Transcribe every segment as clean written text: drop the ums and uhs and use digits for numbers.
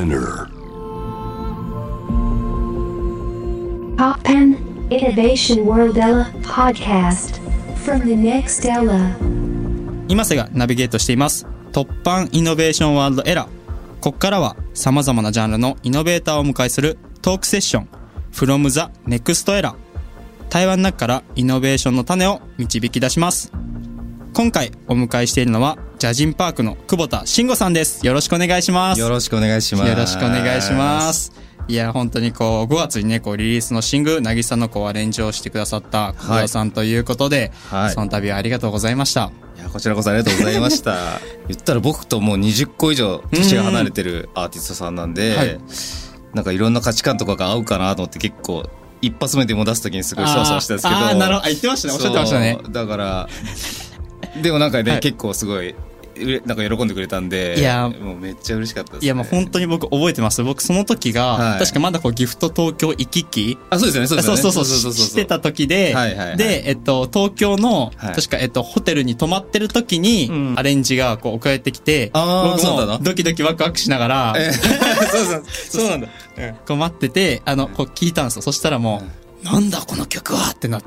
Spinner Poppen Innovation World Ella Podcast from the next Ella。 今瀬がナビゲートしています突破イノベーションワールドエラー。ここからは様々なジャンルのイノベーターをお迎えするトークセッション From the Next Era。 対話の中からイノベーションの種を導き出します。今回お迎えしているのはジャジンパークの久保田慎吾さんです。よろしくお願いします。 よろしくお願いします。 よろしくお願いします。いや本当に5月にねリリースのシングル渚のアレンジをしてくださった久保田さんということで、はい、その度はありがとうございました。 いやこちらこそありがとうございました言ったら僕ともう20個以上年が離れてるアーティストさんなんで、はい、なんかいろんな価値観とかが合うかなと思って結構一発目でも出す時にすごいそわそわしたんですけど、 なるほど、言ってましたね、おっしゃってましたね。 だからでもなんかね、 はい、 結構すごいなんか喜んでくれたんで、 いやもうめっちゃ嬉しかったですね。 いやもう本当に僕覚えてます。僕その時が、はい、確かまだギフト東京行き来、 そうですよね、そうですよね、 そうしてた時で、 はいはいはい、 で東京の、 はい、 確かホテルに泊まってる時に、アレンジが送られてきて、僕もドキドキワクワクしながら、 そうなんだ。 待ってて聞いたんですよ。そしたらもう、なんだこの曲はってなって、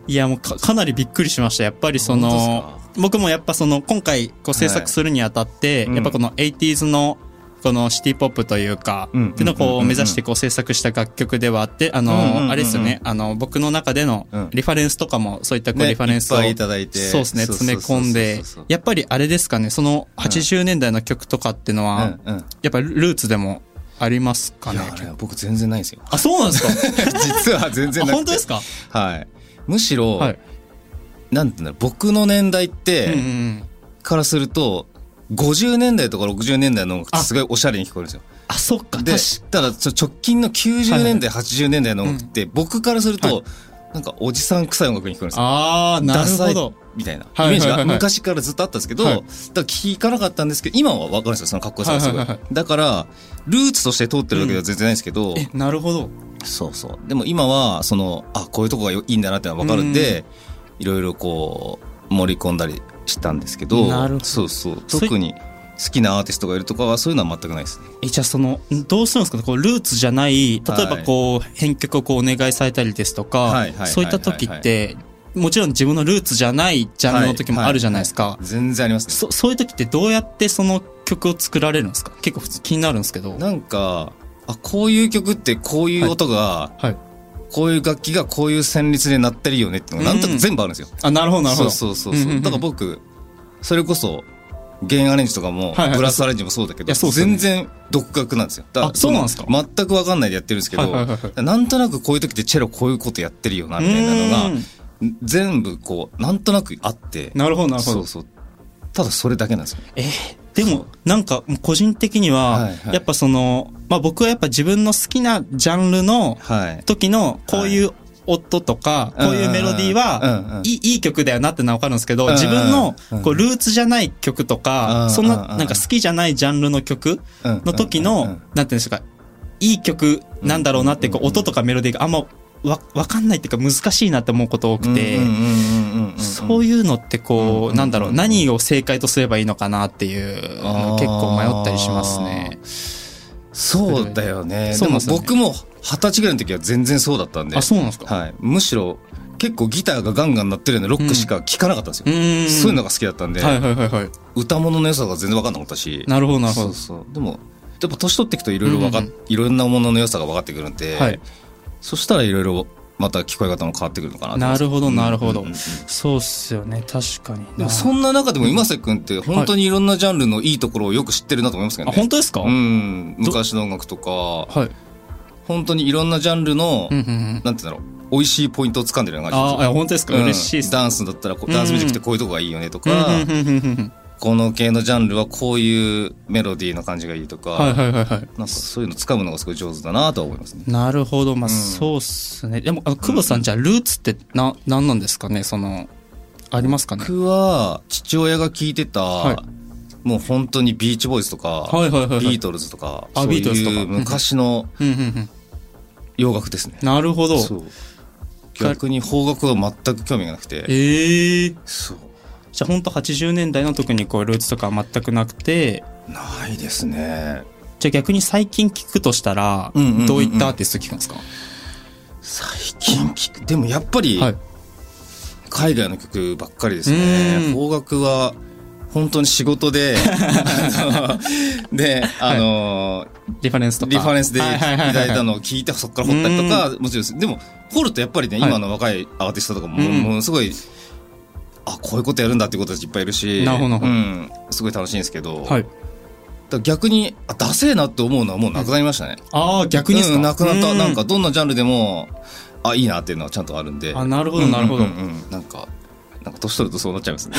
いやもう かなりびっくりしました。やっぱり僕もやっぱ今回制作するにあたって、やっぱこの 80s のこのシティポップというか、っていうのを目指して制作した楽曲ではあって、あれですよね、僕の中でのリファレンスとかもそういったリファレンスを、 いっぱいいただいて、 そうですね、詰め込んで、やっぱりあれですかね、その80年代の曲とかっていうのは、やっぱりルーツでもありますかね。 いや僕全然ないんですよ。 あ、そうなんですか実は全然なくて。 本当ですか？ はい。むしろ、 はい、 なんていうんだろう、僕の年代って、からすると50年代とか60年代の音楽ってすごいおしゃれに聞こえるんですよ。 あ、そっか。 で、ただ直近の90年代、80年代の音楽って、僕からすると、なんかおじさん臭い音楽に聞こえるんですよ。 ああ、なるほど。 みたいなイメージが昔からずっとあったんですけど、だから聞かなかったんですけど、今は分かるんですよ、そのかっこよさがすごい。だからルーツとして通ってるわけでは全然ないんですけど、 なるほど。 そうそう。でも今はこういうとこがいいんだなってのが分かるんで、いろいろ盛り込んだりしたんですけど、 なるほど。 そうそう。特に好きなアーティストがいるとかはそういうのは全くないですね。 じゃあどうするんですかね、ルーツじゃない、例えば編曲をお願いされたりですとか、そういった時って、もちろん自分のルーツじゃないジャンルの時もあるじゃないですか。 全然ありますね。 そういう時ってどうやってその曲を作られるんですか？結構普通気になるんですけど。 なんか、こういう曲ってこういう音が、こういう楽器がこういう旋律で鳴ってるよねっていうのがなんとなく全部あるんですよ。 あ、なるほどなるほど。 そう。だから僕、それこそ、弦アレンジとかも、ブラスアレンジもそうだけど、全然独学なんですよ。 あ、そうなんですか？ 全く分かんないでやってるんですけど、なんとなくこういう時ってチェロこういうことやってるよな、みたいなのが、全部なんとなくあって。 なるほどなるほど。 そう。ただそれだけなんですよ。 でもなんか個人的にはやっぱ僕はやっぱ自分の好きなジャンルの時のこういう音とかこういうメロディーはいい曲だよなってのは分かるんですけど、自分のルーツじゃない曲とかそんななんか好きじゃないジャンルの曲の時のなんていうんですか、いい曲なんだろうなって音とかメロディーがあんまわかんないっていうか難しいなって思うこと多くて、そういうのってなんだろう、何を正解とすればいいのかなっていうの結構迷ったりしますね。 そうだよね。でも僕も20歳ぐらいの時は全然そうだったんで。 あ、そうなんですか？ はい。むしろ結構ギターがガンガン鳴ってるようなロックしか聴かなかったんですよ。そういうのが好きだったんで、歌物の良さが全然分かんなかったし。 なるほどなるほど。 そう。でもやっぱ年取っていくといろんなものの良さが分かってくるんで、そしたらいろいろまた聞こえ方も変わってくるのかな。 なるほどなるほど。そうっすよね、確かに。 でもそんな中でも今瀬くんって本当にいろんなジャンルのいいところをよく知ってるなと思いますけどね。 あ、本当ですか？ 昔の音楽とか、本当にいろんなジャンルのなんていうんだろう、美味しいポイントを掴んでるような感じです。 あ、本当ですか？嬉しいです。 ダンスだったらダンスミュージックってこういうとこがいいよねとか、この系のジャンルはこういうメロディーの感じがいいとか、なんかそういうの掴むのがすごい上手だなとは思いますね。 なるほど。そうっすね。でも久保さん、じゃあルーツって何なんですかね？ありますかね？ 僕は父親が聴いてた、もう本当にビーチボーイズとか、ビートルズとか、そういう昔の洋楽ですね。 なるほど。 逆に邦楽は全く興味がなくて。そう。 じゃあ本当80年代の特にルーツとかは全くなくて。 ないですね。 じゃあ逆に最近聞くとしたら、どういったアーティスト聞くんですか？ 最近聞く。でもやっぱり、海外の曲ばっかりですね。邦楽は、本当に仕事で、で、 リファレンスとか。 リファレンスでいただいたのを聞いて、そっから掘ったりとか、もちろんです。でも、掘るとやっぱりね、今の若いアーティストとかも、ものすごい、こういうことやるんだっていうことたちいっぱいいるし、すごい楽しいんですけど、逆に、ダセーなって思うのはもうなくなりましたね。 逆にですか？ なくなった。なんか、どんなジャンルでも、いいなっていうのはちゃんとあるんで。 なるほど、なるほど。 なんか、年取るとそうなっちゃいますね。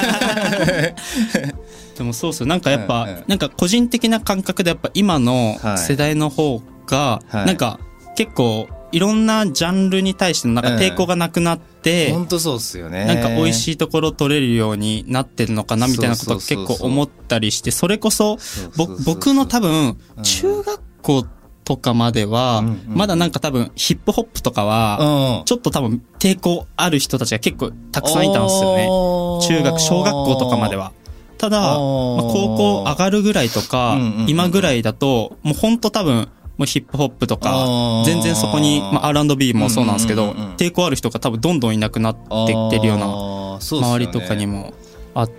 でもそうっすよ。なんかやっぱ、なんか個人的な感覚でやっぱ今の世代の方が、なんか結構いろんなジャンルに対してのなんか抵抗がなくなって、 本当そうっすよね。 なんか美味しいところ取れるようになってるのかなみたいなことを結構思ったりして、それこそ僕の多分中学校とかまでは、まだなんか多分ヒップホップとかは、ちょっと多分抵抗ある人たちが結構たくさんいたんですよね。小学校とかまでは。ただ、高校上がるぐらいとか、今ぐらいだと、もうほんと多分、もうヒップホップとか、全然そこに、R&B もそうなんですけど、抵抗ある人が多分どんどんいなくなってきてるような、周りとかにもあって。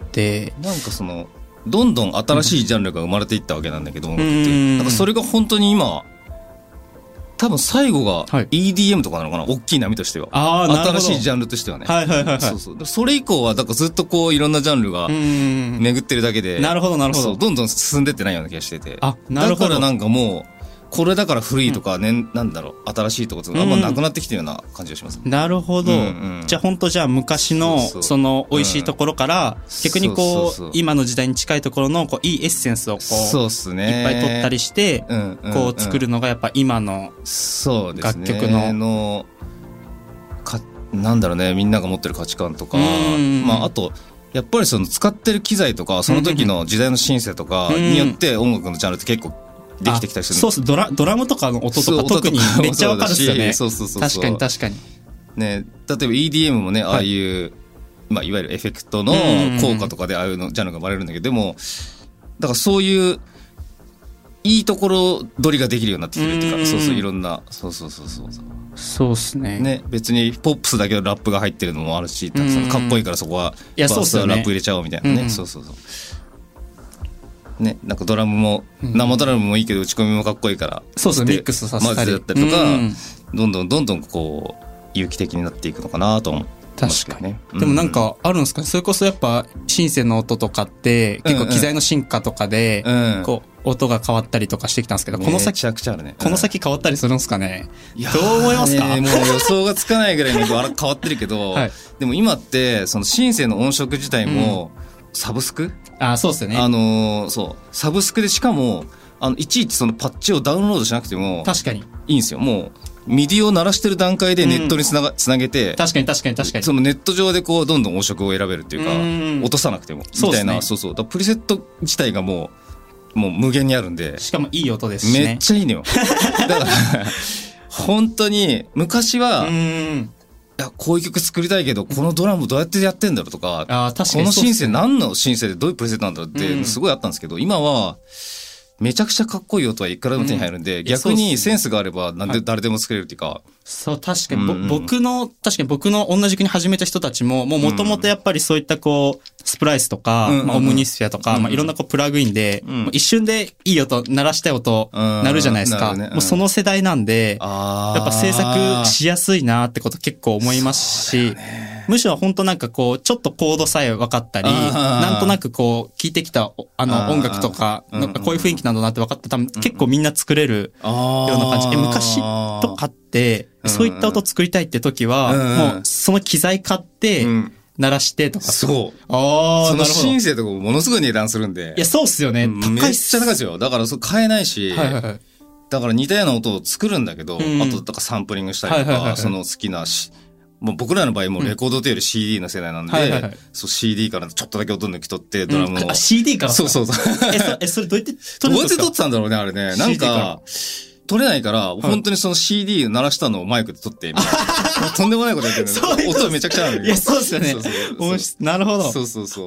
なんかどんどん新しいジャンルが生まれていったわけなんだけど、なんかそれが本当に今、多分最後が EDM とかなのかな、大きい波としては。新しいジャンルとしてはね。それ以降は、だからずっとこういろんなジャンルが巡ってるだけで、 なるほど、なるほど。 どんどん進んでってないような気がしてて。 なるほど。 だからなんかもう、これだから古いとかね、なんだろう、新しいとかあんまなくなってきてるような感じがします。 なるほど。じゃあ本当じゃあ昔のその美味しいところから逆にこう今の時代に近いところのこういいエッセンスをこういっぱい取ったりしてこう作るのがやっぱ今の楽曲のなんだろうね、みんなが持ってる価値観とか、あとやっぱりその使ってる機材とかその時の時代のシンセとかによって音楽のジャンルって結構できてきたりする。 そうっす。ドラムとかの音とか特にめっちゃわかるっすよね。確かに確かに。 ね、例えば EDM もね、ああいう、いわゆるエフェクトの効果とかでああいうのジャンルが生まれるんだけど、でも、だからそういう、いいところ取りができるようになってきてるっていうか、いろんな、 そうっすね。 ね、別にポップスだけどラップが入ってるのもあるし、かっこいいからそこは、バースはラップ入れちゃおうみたいなね。ね、なんかドラムも、生ドラムもいいけど打ち込みもかっこいいから、 ミックスさせたりだったりとか、どんどんこう有機的になっていくのかなと思ってますけどね。 でもなんかあるんですかね。それこそやっぱシンセの音とかって結構機材の進化とかでこう音が変わったりとかしてきたんですけど、この先変わったりするんですかね。どう思いますか？ もう予想がつかないぐらいに変わってるけど、でも今ってそのシンセの音色自体もサブスク？ そうっすよね。 サブスクでしかも、いちいちそのパッチをダウンロードしなくても、 確かに。 いいんですよ。もう、ミディを鳴らしてる段階でネットにつなげて、 確かに。 そのネット上でこう、どんどん音色を選べるっていうか、落とさなくても、みたいな、だプリセット自体がもう無限にあるんで。 しかもいい音ですしね。 めっちゃいいのよ。だから、本当に、昔は、いや、こういう曲作りたいけど、このドラムどうやってやってんだろうとか、このシンセ何のシンセでどういうプレセットなんだろうってすごいあったんですけど、今はめちゃくちゃかっこいい音はいくらでも手に入るんで、逆にセンスがあれば誰でも作れるっていうか。 そう、確かに、僕の同じ国始めた人たちも、もともとやっぱりそういったこう、スプライスとか、オムニスフィアとか、いろんなこうプラグインで、一瞬でいい音、鳴らしたい音、鳴るじゃないですか。もうその世代なんで、やっぱ制作しやすいなってこと結構思いますし、むしろ本当なんかこう、ちょっとコードさえ分かったり、なんとなくこう、聴いてきた音楽とか、なんかこういう雰囲気なんだなって分かって多分結構みんな作れるような感じ。昔とかって、そういった音作りたいって時は、もうその機材買って、鳴らしてとか。 そう。そのシンセとかもものすごい値段するんで。 いや、そうっすよね。 高いっす。めっちゃ高いですよ。だから買えないし、だから似たような音を作るんだけど、あと、だからサンプリングしたりとか、その好きなもう僕らの場合もレコードというより CD の世代なんで、CD からちょっとだけ音抜き取ってドラムを。 CD から？ そう。 それどうやって撮るんですか？どうやって撮ってたんだろうね、あれね。なんか、撮れないから、本当にその CD 鳴らしたのをマイクで撮って、みたいな。とんでもないことやってるんだけど、音めちゃくちゃある。 いや、そうですよね。なるほど。 そう。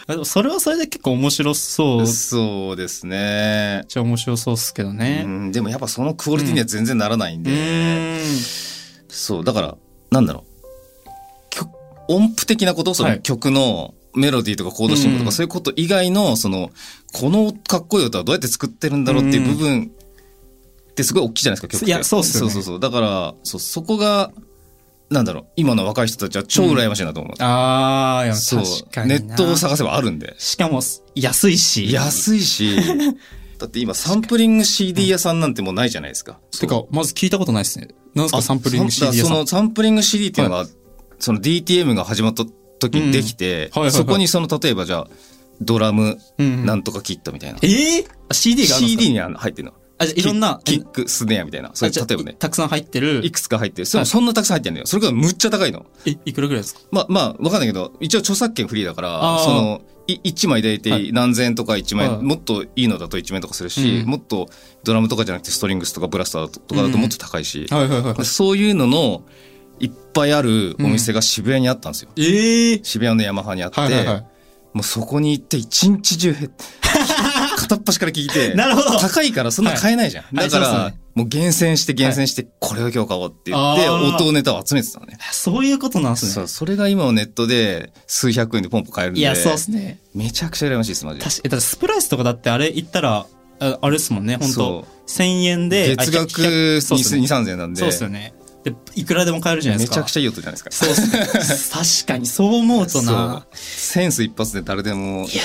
それはそれで結構面白そう。 そうですね。 じゃあ面白そうっすけどね。 でもやっぱそのクオリティには全然ならないんで。そう、だから、なんだろう。音符的なこと、その曲のメロディーとかコード進行とかそういうこと以外の、このかっこいい歌はどうやって作ってるんだろうっていう部分ってすごい大きいじゃないですか、曲って。 いや、そうっすよね。 そう。だから、そこが、なんだろう、今の若い人たちは超羨ましいなと思う。 ああ、いや、確かにな。 ネットを探せばあるんで。 しかも、安いし。 だって今、サンプリング CD 屋さんなんてもうないじゃないですか。 てか、まず聞いたことないですね。なんですか、サンプリング CD 屋さん。 そのサンプリング CD っていうのが、その DTM が始まった時にできて、そこに例えばじゃあ、ドラム、なんとかキットみたいな。 CD があるんですか？ CD に入ってるの。 いろんな。 キック、スネアみたいな。それ例えばね。 たくさん入ってる。 いくつか入ってる。そんなたくさん入ってるんだよ。それからむっちゃ高いの。 いくらぐらいですか？ まあ、わかんないけど、一応著作権フリーだから、1枚大体何千円とか1枚、もっといいのだと1万円とかするし、もっとドラムとかじゃなくてストリングスとかブラスターとかだともっと高いし、そういうののいっぱいあるお店が渋谷にあったんですよ。渋谷のヤマハにあって、もうそこに行って一日中片っ端から聞いて、 なるほど。 高いからそんな買えないじゃん。だから、もう厳選して、これを今日買おうって言って、音ネタを集めてたのね。 そういうことなんですね。 そう、それが今はネットで数百円でポンポン買えるんで。 いや、そうですね。 めちゃくちゃ羨ましいです、マジで。 だってスプライスとかだってあれ言ったら、あれですもんね、本当1000円で。 月額2、3000円なんで。 そうですよね。で、いくらでも買えるじゃないですか。 めちゃくちゃいい音じゃないですか。 そうですね。確かに、そう思うとな。 センス一発で誰でもいける。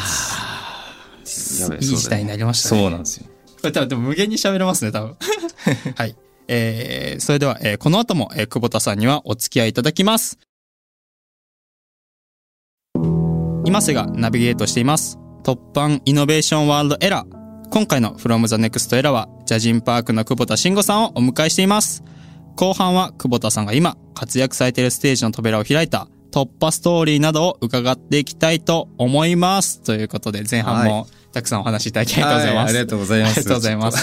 いい時代になりましたね。 そうなんですよ。 これ多分でも無限に喋れますね、多分。はい。それでは、この後も、久保田さんにはお付き合いいただきます。今瀬がナビゲートしています。突破イノベーションワールドエラー。今回の From the Next Era は、ジャジンパークの久保田慎吾さんをお迎えしています。後半は久保田さんが今活躍されているステージの扉を開いた突破ストーリーなどを伺っていきたいと思います。ということで前半もたくさんお話しいただきありがとうございます。 ありがとうございます。 ありがとうございます。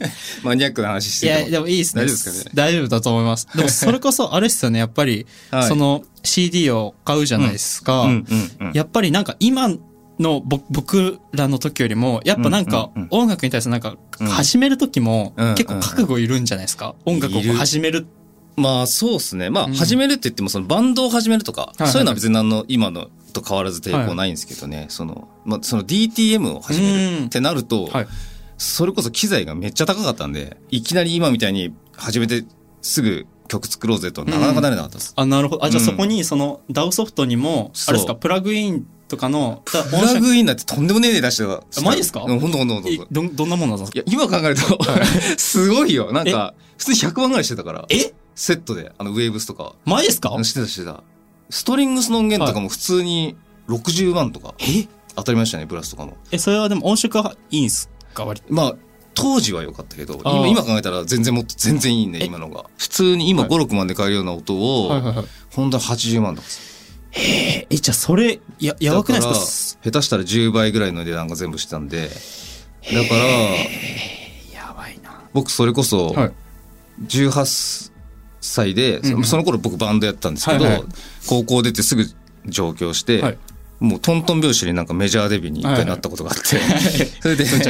マニアックな話してる。 いや、でもいいですね。 大丈夫ですかね。 大丈夫だと思います。でもそれこそあれですよね、やっぱり、その CD を買うじゃないですか。やっぱりなんか今の僕らの時よりも、やっぱなんか音楽に対してなんか始める時も結構覚悟いるんじゃないですか。音楽を始める。 まあそうですね。まあ始めるって言ってもそのバンドを始めるとか、そういうのは別に今のと変わらず抵抗ないんですけどね。その DTM を始めるってなると、それこそ機材がめっちゃ高かったんで、いきなり今みたいに始めてすぐ曲作ろうぜとなかなかなれなかったです。 なるほど。じゃあそこにその DAW ソフトにも、あれですか、プラグインとかの、 プラグインなんてとんでもねえ値出してた。 マジですか？ ほんと。 どんなものなんですか？ いや、今考えると、すごいよ。なんか、普通に100万ぐらいしてたから。セットで、ウェーブスとか。 マジですか？ してた。ストリングスの音源とかも普通に60万とか。当たりましたね、ブラスとかも。 それはでも音色はいいんすか？割と。 まあ、当時は良かったけど、今考えたら全然いいね、今のが。普通に今5、6万で買えるような音を、本当は80万とか。 じゃあそれ、やばくないですか？ 下手したら10倍ぐらいの値段が全部してたんで。だから、 やばいな。 僕それこそ、18歳で、その頃僕バンドやってたんですけど、高校出てすぐ上京して、もうトントン拍子になんかメジャーデビューに一回なったことがあって、それで、もう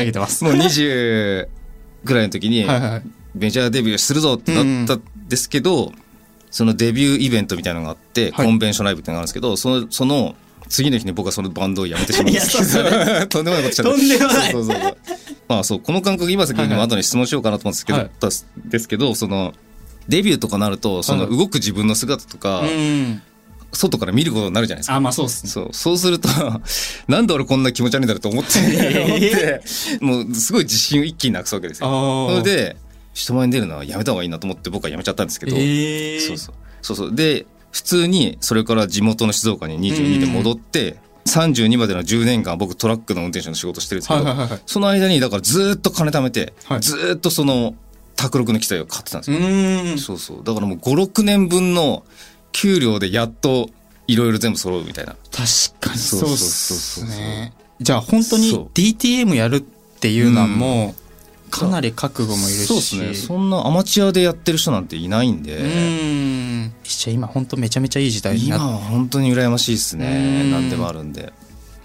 20ぐらいの時に、メジャーデビューするぞってなったんですけど、そのデビューイベントみたいなのがあって、コンベンションライブってのがあるんですけど、その次の日に僕はそのバンドを辞めてしまうんですけど、とんでもないことしちゃった。 とんでもない。 そう。まあそう、この感覚今先にも後に質問しようかなと思うんですけど、その、デビューとかなると、その動く自分の姿とか、外から見ることになるじゃないですか。 まあそうっすね。 そうすると、なんで俺こんな気持ち悪いんだろうと思って、もうすごい自信を一気になくすわけですよ。それで、人前に出るのはやめた方がいいなと思って僕はやめちゃったんですけど、そう。で、普通にそれから地元の静岡に22で戻って、32までの10年間僕トラックの運転手の仕事してるんですけど、その間にだからずっと金貯めて、ずっとその卓録の機材を買ってたんですよ。そう。だからもう5、6年分の給料でやっといろいろ全部揃うみたいな。 確かにそうっすね。じゃあ本当に DTM やるっていうのはもうかなり覚悟もいるし。 そうですね。そんなアマチュアでやってる人なんていないんで。 今本当めちゃめちゃいい時代になって。 今は本当に羨ましいですね。何でもあるんで。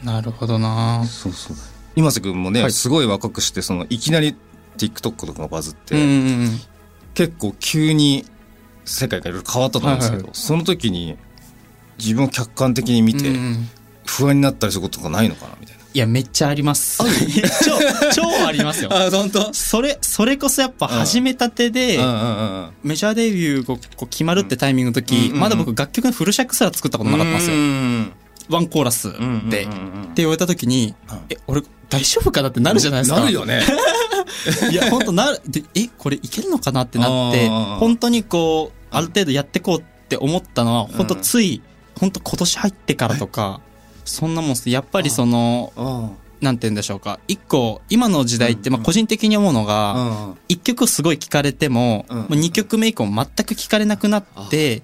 なるほどな。 そうそう。今瀬くんもね、すごい若くしていきなり TikTok とかがバズって、結構急に世界がいろいろ変わったと思うんですけど、その時に自分を客観的に見て不安になったりすることとかないのかなみたいな。 いや、めっちゃあります。超ありますよ。 あ、本当？ それこそやっぱ始めたてで、メジャーデビューが決まるってタイミングの時、まだ僕楽曲のフル尺すら作ったことなかったんですよ。ワンコーラスで。って言われた時に、俺大丈夫かなってなるじゃないですか。 なるよね。 いや、本当これいけるのかなってなって、本当にある程度やってこうって思ったのは、本当本当今年入ってからとか、そんなもんやっぱりなんて言うんでしょうか。一個、今の時代って、個人的に思うのが、一曲すごい聴かれても、二曲目以降全く聴かれなくなって、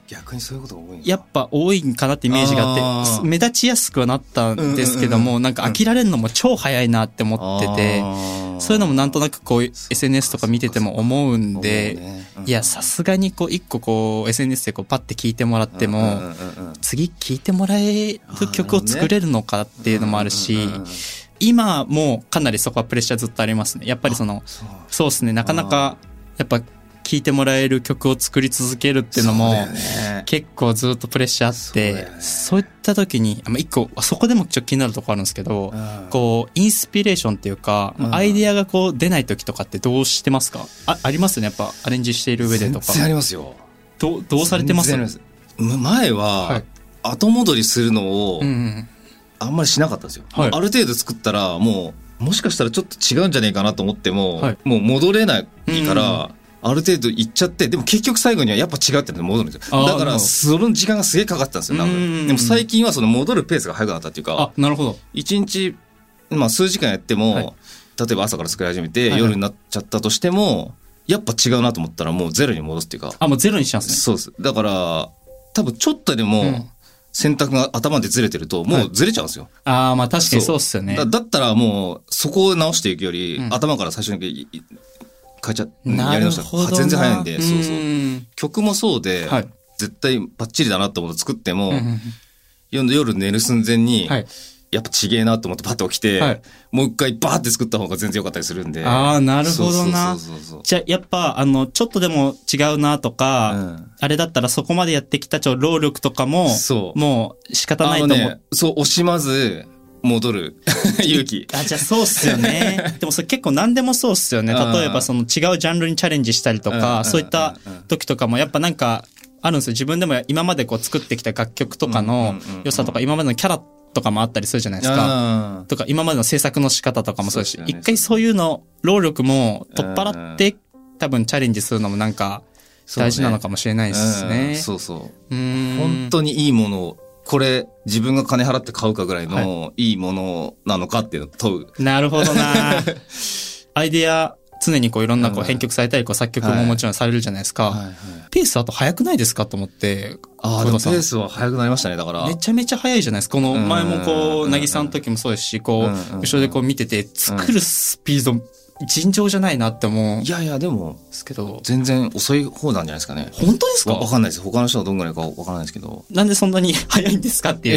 逆にそういうことが多いんだ。 やっぱ多いんかなってイメージがあって、目立ちやすくはなったんですけども、なんか飽きられるのも超早いなって思ってて、そういうのもなんとなくSNS とか見てても思うんで、いや、さすがに一個SNS でパッて聴いてもらっても、次聴いてもらえる曲を作れるのかっていうのもあるし、今もかなりそこはプレッシャーずっとありますね。やっぱりそうですね、なかなかやっぱ聴いてもらえる曲を作り続けるっていうのも結構ずっとプレッシャーあって、そういった時に一個そこでもちょっと気になるところあるんですけど、インスピレーションっていうかアイディアが出ない時とかってどうしてますか？ありますよね、やっぱアレンジしている上でとか。 全然ありますよ。 どうされてます？ 前は後戻りするのをあんまりしなかったんですよ。ある程度作ったらもしかしたらちょっと違うんじゃねえかなと思っても、もう戻れないから、ある程度いっちゃって、でも結局最後にはやっぱ違うって戻るんですよ。だからその時間がすげえかかってたんですよ。でも最近は戻るペースが早くなったっていうか、 なるほど。 1日、数時間やっても、例えば朝から作り始めて夜になっちゃったとしても、やっぱ違うなと思ったらもうゼロに戻すっていうか。 もうゼロにしますね。 そうです。だから多分ちょっとでも、選択が頭でずれてるともうずれちゃうんですよ。 確かにそうっすよね。 だったらもうそこを直していくより、頭から最初に変えちゃやり直したら全然早いんで、曲もそうで、絶対バッチリだなと思って作っても、夜寝る寸前に、やっぱちげえなと思ってパッと起きて、もう一回バーって作った方が全然良かったりするんで。 なるほどな。じゃあやっぱちょっとでも違うなとか、あれだったらそこまでやってきた労力とかももう仕方ないと思う。 惜しまず戻る勇気。 じゃあそうっすよね。でもそれ結構何でもそうっすよね。例えば違うジャンルにチャレンジしたりとか、そういった時とかもやっぱなんかあるんですよ。自分でも今まで作ってきた楽曲とかの良さとか、今までのキャラとかもあったりするじゃないですか。とか今までの制作の仕方とかもそうですし、一回そういうの労力も取っ払って多分チャレンジするのもなんか大事なのかもしれないですね。 そうそう。本当にいいものを、これ自分が金払って買うかぐらいのいいものなのかっていうのを問う。 なるほどな。アイデア常にいろんな編曲されたり作曲ももちろんされるじゃないですか。ペースあと早くないですかと思って。 でもペースは早くなりましたね。だからめちゃめちゃ早いじゃないですか。この前もなぎさんの時もそうですし、後ろで見てて作るスピード尋常じゃないなって思う。 いやでもですけど全然遅い方なんじゃないですかね。 本当ですか？ わかんないです。他の人はどんぐらいかわからないですけど。 なんでそんなに早いんですかっていう。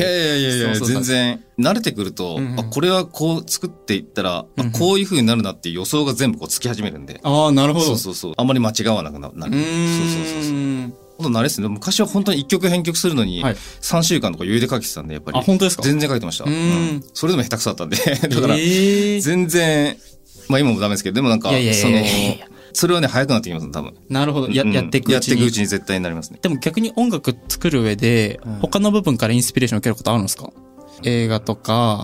いや全然慣れてくると、これはこう作っていったら、こういう風になるなっていう予想が全部つき始めるんで。 なるほど。 そうあんまり間違わなくなる。そう。ほんと慣れですね。昔は本当に一曲編曲するのに3週間とか余裕で書けてたんで、やっぱり。 本当ですか？ 全然書いてました。それでも下手くそだったんで。だから全然。今もダメですけど、でもなんか、それはね、早くなってきますね、多分。 なるほど。やっていくうちに。 絶対になりますね。 でも逆に音楽作る上で、他の部分からインスピレーション受けることあるんですか？映画とか。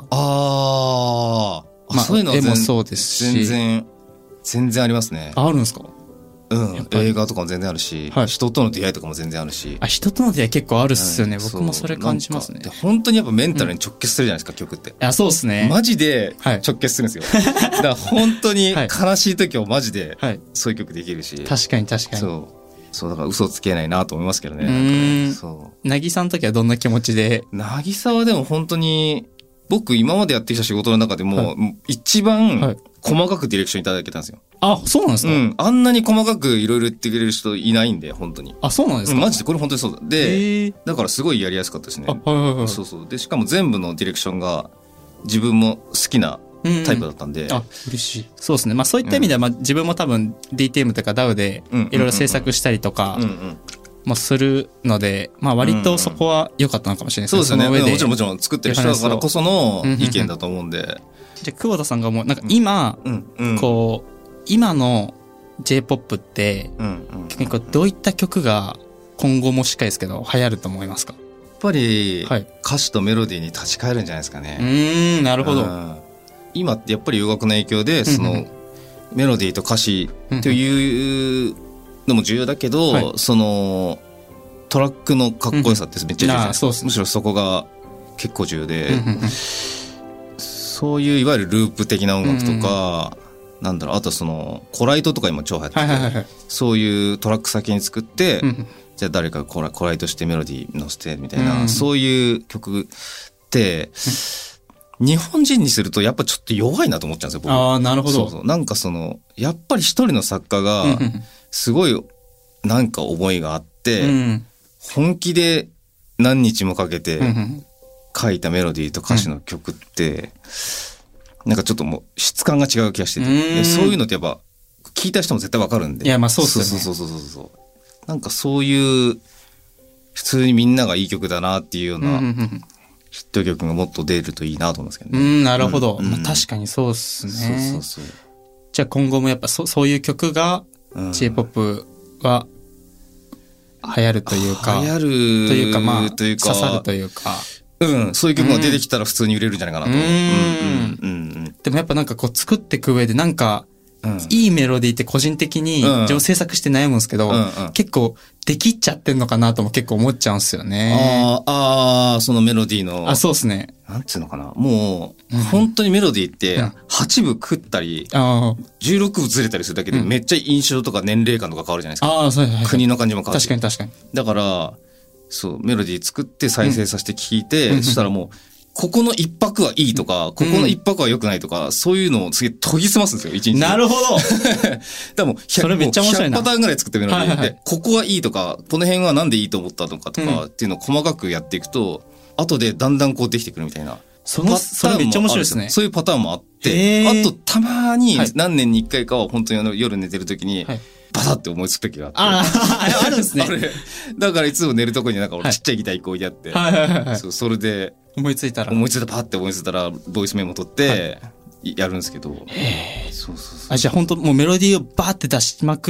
そういうのは絵もそうですし。 全然ありますね。 あるんですか？ 映画とかも全然あるし、人との出会いとかも全然あるし。 人との出会い結構あるっすよね。僕もそれ感じますね。 本当にやっぱメンタルに直結するじゃないですか、曲って。 そうですね。 マジで直結するんですよ。だから本当に悲しい時はマジでそういう曲できるし。 確かに。 そう、だから嘘つけないなと思いますけどね。 なぎさんの時はどんな気持ちで？ なぎさはでも本当に、僕今までやってきた仕事の中でも、一番細かくディレクションいただけたんですよ。 そうなんですか？ あんなに細かくいろいろ言ってくれる人いないんで、本当に。 そうなんですか？ マジでこれ本当にそうだ。で、だからすごいやりやすかったですね。そう。で、しかも全部のディレクションが、 自分も好きなタイプだったんで、 あ、嬉しい。そうですね。まあそういった意味では、まあ自分も多分 DTM とか DAW でいろいろ制作したりとかもするので、まあ割とそこは良かったのかもしれないですね。 そうですね。もちろん作ってる人だからこその意見だと思うんで。 じゃあ久保田さんがもうなんか今、こう今の J-POP って結構どういった曲が今後もしっかりですけど流行ると思いますか？ やっぱり歌詞とメロディーに立ち返るんじゃないですかね。なるほど。 今ってやっぱり洋楽の影響でそのメロディーと歌詞というのも重要だけど、そのトラックのかっこよさってめっちゃ重要じゃないですか。むしろそこが結構重要で、そういういわゆるループ的な音楽とか、なんだろう、あとそのコライトとか今超流行ってて、そういうトラック先に作って、じゃあ誰かコライトしてメロディー乗せてみたいな、そういう曲って日本人にするとやっぱちょっと弱いなと思っちゃうんですよ、僕。 ああ、なるほど。 そうそう。なんかそのやっぱり一人の作家がすごいなんか思いがあって、本気で何日もかけて書いたメロディーと歌詞の曲って、なんかちょっともう質感が違う気がしてて、そういうのってやっぱ聞いた人も絶対わかるんで。 いや、まあそうっすよね。 そう。なんかそういう普通にみんながいい曲だなっていうようなヒット曲がもっと出るといいなと思うんですけどね。 なるほど。まあ、確かにそうっすね。じゃあ今後もやっぱそういう曲が J-POP は流行るというか、 流行るというか、まあ刺さるというか、 そういう曲が出てきたら普通に売れるんじゃないかなと。 でもやっぱなんかこう作っていく上でなんかいいメロディーって個人的に自分制作して悩むんですけど、結構できっちゃってんのかなとも結構思っちゃうんですよね。 そのメロディーの。 そうですね。 なんつうのかな。もう、本当にメロディーって8部食ったり、16部ずれたりするだけでめっちゃ印象とか年齢感とか変わるじゃないですか。国の感じも変わる。 確かに。 だから、そう、メロディー作って再生させて聴いて、そしたらもう、ここの一拍はいいとか、ここの一拍は良くないとか、そういうのをすげえ研ぎ澄ますんですよ、一日。 なるほど。 でもそれめっちゃ面白いな。 100パターンぐらい作ってメロディーで、ここはいいとか、この辺はなんでいいと思ったのかとかっていうのを細かくやっていくと、後でだんだんこうできてくるみたいな。 それめっちゃ面白いですね。 そういうパターンもあって、あとたまに何年に一回かは本当に夜寝てる時に、バタって思いつく時があって。 あるんですね。 だからいつも寝るとこになんか俺ちっちゃいギター1個置いてあって、それで、 思いついたらパって思いついたらボイスメモ取ってやるんですけど、 じゃあ本当もうメロディーをバーって出しまくって、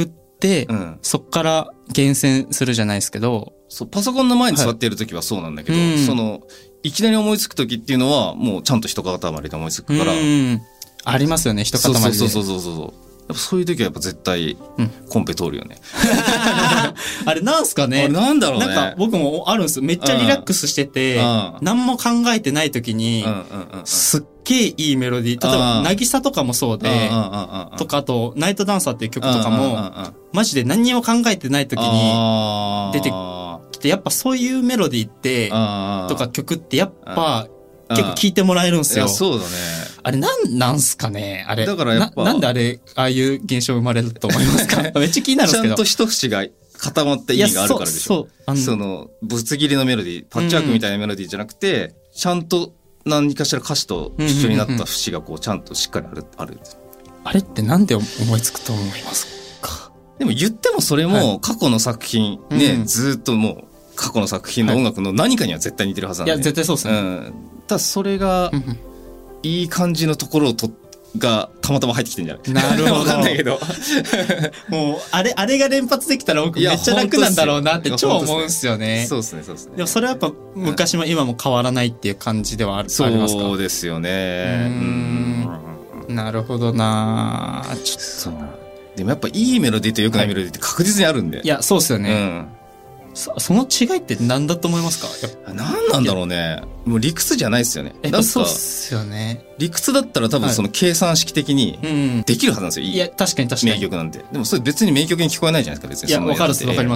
そっから厳選するじゃないですけど、 パソコンの前に座っている時はそうなんだけど、そのいきなり思いつく時っていうのはもうちゃんと一塊で思いつくから、 ありますよね、一塊で。 やっぱそういう時はやっぱ絶対コンペ通るよね。 あれなんすかね。 なんだろうね。 なんか僕もあるんですよ。めっちゃリラックスしてて、何も考えてない時に、すっげえいいメロディー。例えば、渚とかもそうで、とかあと、ナイトダンサーっていう曲とかも、マジで何にも考えてない時に出てきて、やっぱそういうメロディーって、とか曲ってやっぱ、結構聞いてもらえるんですよ。 そうだね。 あれなんすかねあれ。 だからやっぱ。 なんでああいう現象生まれると思いますか？めっちゃ気になるんですけど。 ちゃんと一節が固まった意味があるからでしょ。その、ぶつ切りのメロディー、パッチワークみたいなメロディーじゃなくて、ちゃんと何かしら歌詞と一緒になった節がこう、ちゃんとしっかりある。 あれってなんで思いつくと思いますか？ でも言ってもそれも過去の作品ね、ずっともう過去の作品の音楽の何かには絶対似てるはずなんで。 いや、絶対そうですね。 ただそれがいい感じのところがたまたま入ってきてんじゃない？ なるほど。 わかんないけど。 もう、あれが連発できたら僕めっちゃ楽なんだろうなって超思うんすよね。 そうですね。 でもそれはやっぱ昔も今も変わらないっていう感じではありますか？ そうですよね。 なるほどな。ちょっと。 でもやっぱいいメロディーと良くないメロディーって確実にあるんで。 いや、そうですよね。その違いって何だと思いますか？ 何なんだろうね。もう理屈じゃないですよね。 そうっすよね。 理屈だったら多分その計算式的にできるはずなんですよ。 いや、確かに。 名曲なんて。でもそれ別に名曲に聞こえないじゃないですか、別に。 いや、わかります。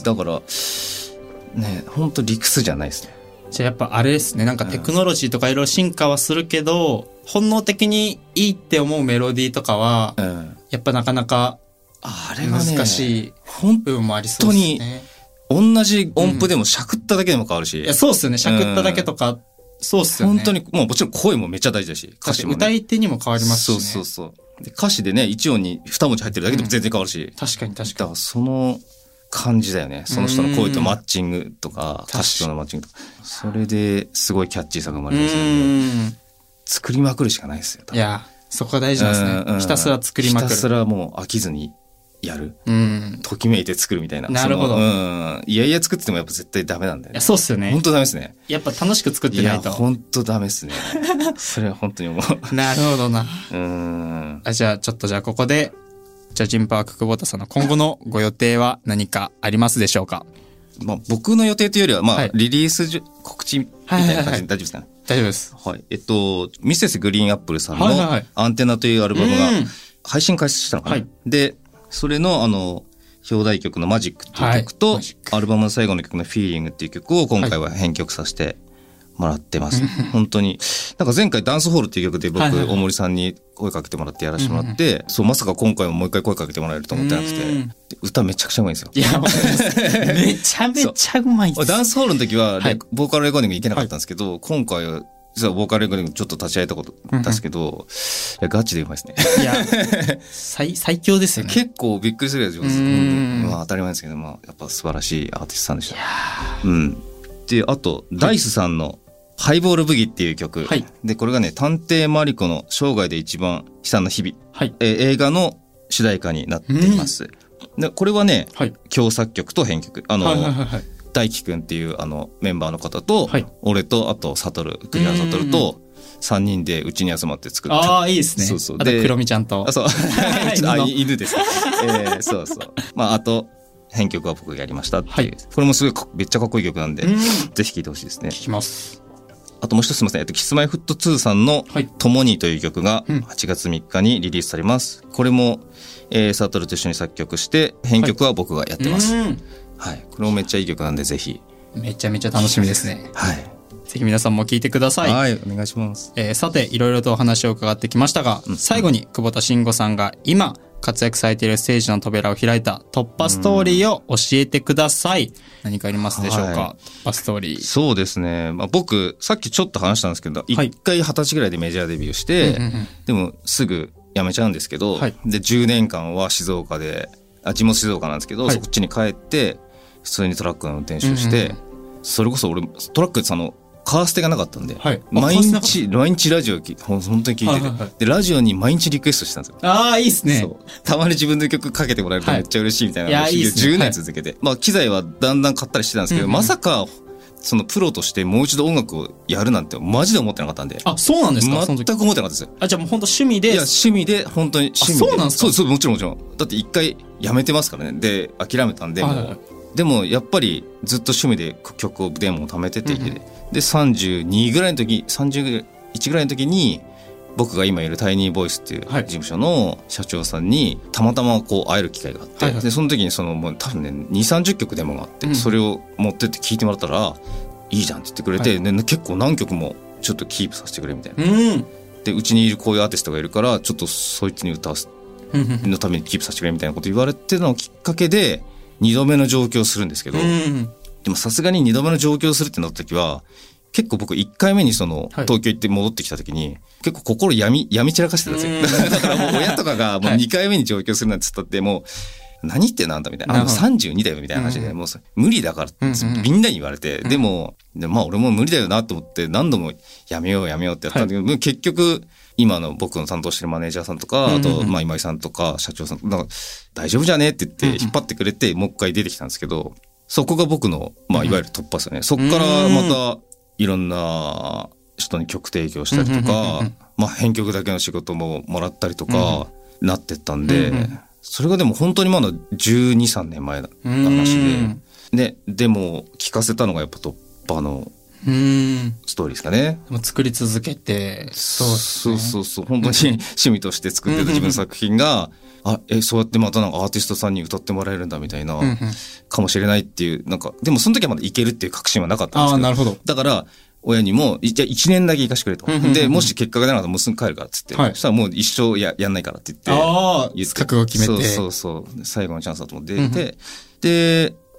だから、ね、本当理屈じゃないですね。 じゃあやっぱあれですね、なんかテクノロジーとかいろいろ進化はするけど、本能的にいいって思うメロディーとかは、やっぱなかなか難しい部分もありそうですね。 同じ音符でもしゃくっただけでも変わるし。 いや、そうっすよね。しゃくっただけとかそうっすよね。 本当に、もうもちろん声もめっちゃ大事だし、歌詞も、ね。 歌い手にも変わりますしね。 そうそうそう。で、歌詞でね、1音に2文字入ってるだけでも全然変わるし。 確かに確かに。 だからその感じだよね。その人の声とマッチングとか、歌詞とのマッチングとか。それですごいキャッチーさが生まれますよね。作りまくるしかないですよ。 いや、そこが大事なんですね。ひたすら作りまくる。 ひたすらもう飽きずにやる。ときめいて作るみたいな。 なるほど。 いやいや作っててもやっぱ絶対ダメなんだよね。 いや、そうっすよね。 本当ダメですね。 やっぱ楽しく作ってないと。 いや、本当ダメですね。それは本当に思う。 なるほどな。じゃあここで、ジャジンパーク久保田さんの今後のご予定は何かありますでしょうか？ まあ、僕の予定というよりは、まあ、リリース告知みたいな感じで大丈夫ですかね？ 大丈夫です。 はい。ミセスグリーンアップルさんのアンテナというアルバムが配信開始したのかな？で、それの表題曲のマジックっていう曲と、アルバムの最後の曲のフィーリングっていう曲を今回は編曲させてもらってます。本当に。なんか前回ダンスホールっていう曲で僕、大森さんに声かけてもらってやらせてもらって、そう、まさか今回ももう一回声かけてもらえると思ってなくて、歌めちゃくちゃうまいんですよ。 いや、めちゃめちゃうまいです。 ダンスホールの時は、ボーカルレコーディング行けなかったんですけど、今回は、実はボーカルレコーディングちょっと立ち会えたことですけど、いや、ガチでうまいですね。 いや、最強ですよね。 結構びっくりするやつ上手。まあ当たり前ですけど、まあやっぱ素晴らしいアーティストさんでした。で、あと、ダイスさんのハイボールブギっていう曲。で、これがね、探偵マリコの生涯で一番悲惨な日々。映画の主題歌になっています。で、これはね、共作曲と編曲。大輝くんっていうメンバーの方と、俺とあと栗原悟と3人でうちに集まって作った。 ああ、いいですね。 そうそう。 あと黒美ちゃんと。 あ、そう。犬です。そうそう。まああと編曲は僕がやりましたっていう。これもすごいめっちゃかっこいい曲なんで、ぜひ聴いてほしいですね。 聴きます。 あともう一つすみません。Kissmyfoot2 さんの共にという曲が8月3日にリリースされます。これも悟と一緒に作曲して編曲は僕がやってます。はい。これもめっちゃいい曲なんでぜひ。 めちゃめちゃ楽しみですね。 はい。 ぜひ皆さんも聴いてください。 はい、お願いします。 さて、いろいろとお話を伺ってきましたが、最後に久保田慎吾さんが今活躍されているステージの扉を開いた突破ストーリーを教えてください。何かありますでしょうか？突破ストーリー。 そうですね。まあ、僕、さっきちょっと話したんですけど、一回20歳ぐらいでメジャーデビューして、でもすぐ辞めちゃうんですけど、で、10年間は静岡で、地元静岡なんですけど、そっちに帰って、普通にトラックの運転手して、それこそ俺トラックでカーステがなかったんで、毎日ラジオ本当に聞いてて、でラジオに毎日リクエストしてたんですよ。 ああ、いいっすね。 たまに自分で曲かけてもらえるとめっちゃ嬉しいみたいな、10年続けて、まあ機材はだんだん買ったりしてたんですけど、まさかそのプロとしてもう一度音楽をやるなんてマジで思ってなかったんで。 あ、そうなんですか？ 全く思ってなかったですよ。 じゃあもう本当趣味で。 いや、趣味で本当に趣味で。 そうなんですか？ そう、もちろん。だって一回やめてますからね。で、諦めたんで、でもやっぱりずっと趣味で曲をデモを貯めてて、で32ぐらいの時、31ぐらいの時に僕が今いるタイニーボイスっていう事務所の社長さんにたまたまこう会える機会があって、でその時にもう多分ね 2,30 曲デモがあって、それを持ってって聞いてもらったらいいじゃんって言ってくれて、で結構何曲もちょっとキープさせてくれみたいな、でうちにいるこういうアーティストがいるからちょっとそいつに歌わすのためにキープさせてくれみたいなこと言われてのきっかけで2度目の上京するんですけど、でもさすがに2度目の上京するってなった時は結構僕1回目に東京行って戻ってきた時に結構心病み散らかしてたんですよ。だからもう親とかがもう2回目に上京するなんて言ったってもう何言ってんのあんたみたいな。32だよみたいな話で、もう無理だからってみんなに言われて、でもまあ俺も無理だよなと思って何度もやめようってやったんだけど、結局今の僕の担当してるマネージャーさんとか、あとまあ今井さんとか社長さんなんか大丈夫じゃねって言って引っ張ってくれてもう一回出てきたんですけど、そこが僕のまあいわゆる突破ですよね。そこからまたいろんな人に曲提供したりとか、まあ編曲だけの仕事ももらったりとかなってったんで、それがでも本当にまだ12、3年前の話で、でも聞かせたのがやっぱ突破のストーリーですかね。 でも作り続けて、 そう本当に趣味として作ってた自分の作品がそうやってまたなんかアーティストさんに歌ってもらえるんだみたいな、かもしれないっていう、なんかでもその時はまだいけるっていう確信はなかったんですけど、 なるほど。 だから親にもじゃあ1年だけ行かしてくれと、でもし結果が出なかったらもうすぐ帰るからっつって、そしたらもう一生やんないからって言って覚悟決めて、 そう最後のチャンスだと思って、で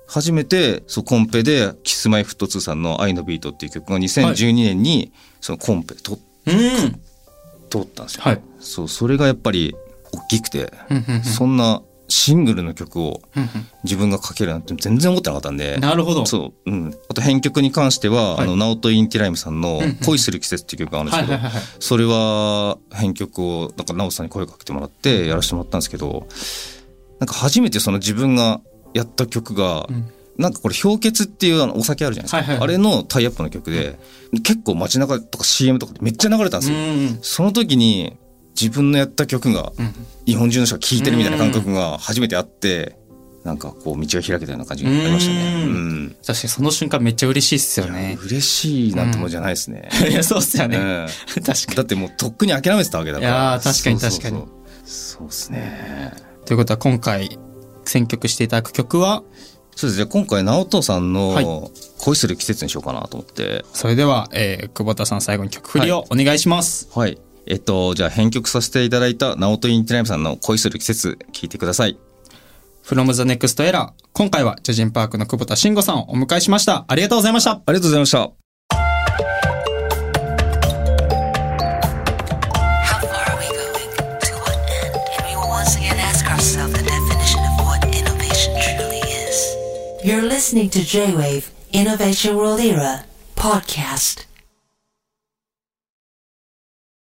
初めてコンペでKissMyFoot2さんの愛のビートっていう曲が2012年にそのコンペで通ったんですよ、はい、それがやっぱり大きくて、そんなシングルの曲を自分が書けるなんて全然思ってなかったんで。 なるほど。 そう、あと編曲に関しては、はい、ナオト・インティライムさんの恋する季節っていう曲があるんですけど、それは編曲をなんかナオトさんに声をかけてもらってやらせてもらったんですけど、なんか初めてその自分がやった曲が、なんかこれ氷結っていうお酒あるじゃないですか、あれのタイアップの曲で、結構街中とか CM とかでめっちゃ流れたんですよ。その時に自分のやった曲が日本中の人が聴いてるみたいな感覚が初めてあって、なんかこう道が開けたような感じがありましたね。 確かにその瞬間めっちゃ嬉しいっすよね。 嬉しいなんてもんじゃないですね。 いやそうっすよね、確かに。 だってもうとっくに諦めてたわけだから。 いや確かに確かに。 そうっすね。 ということは今回選曲していただく曲は、 そうです。じゃあ今回ナオトさんの恋する季節にしようかなと思って。 それでは、久保田さん最後に曲振りをお願いします。 はい。じゃあ編曲させていただいたナオト・インティライムさんの恋する季節聴いてください。 From the Next Era、今回はジョジンパークの久保田慎吾さんをお迎えしました。ありがとうございました。 ありがとうございました。 You're listening to J-Wave Innovation World Era podcast.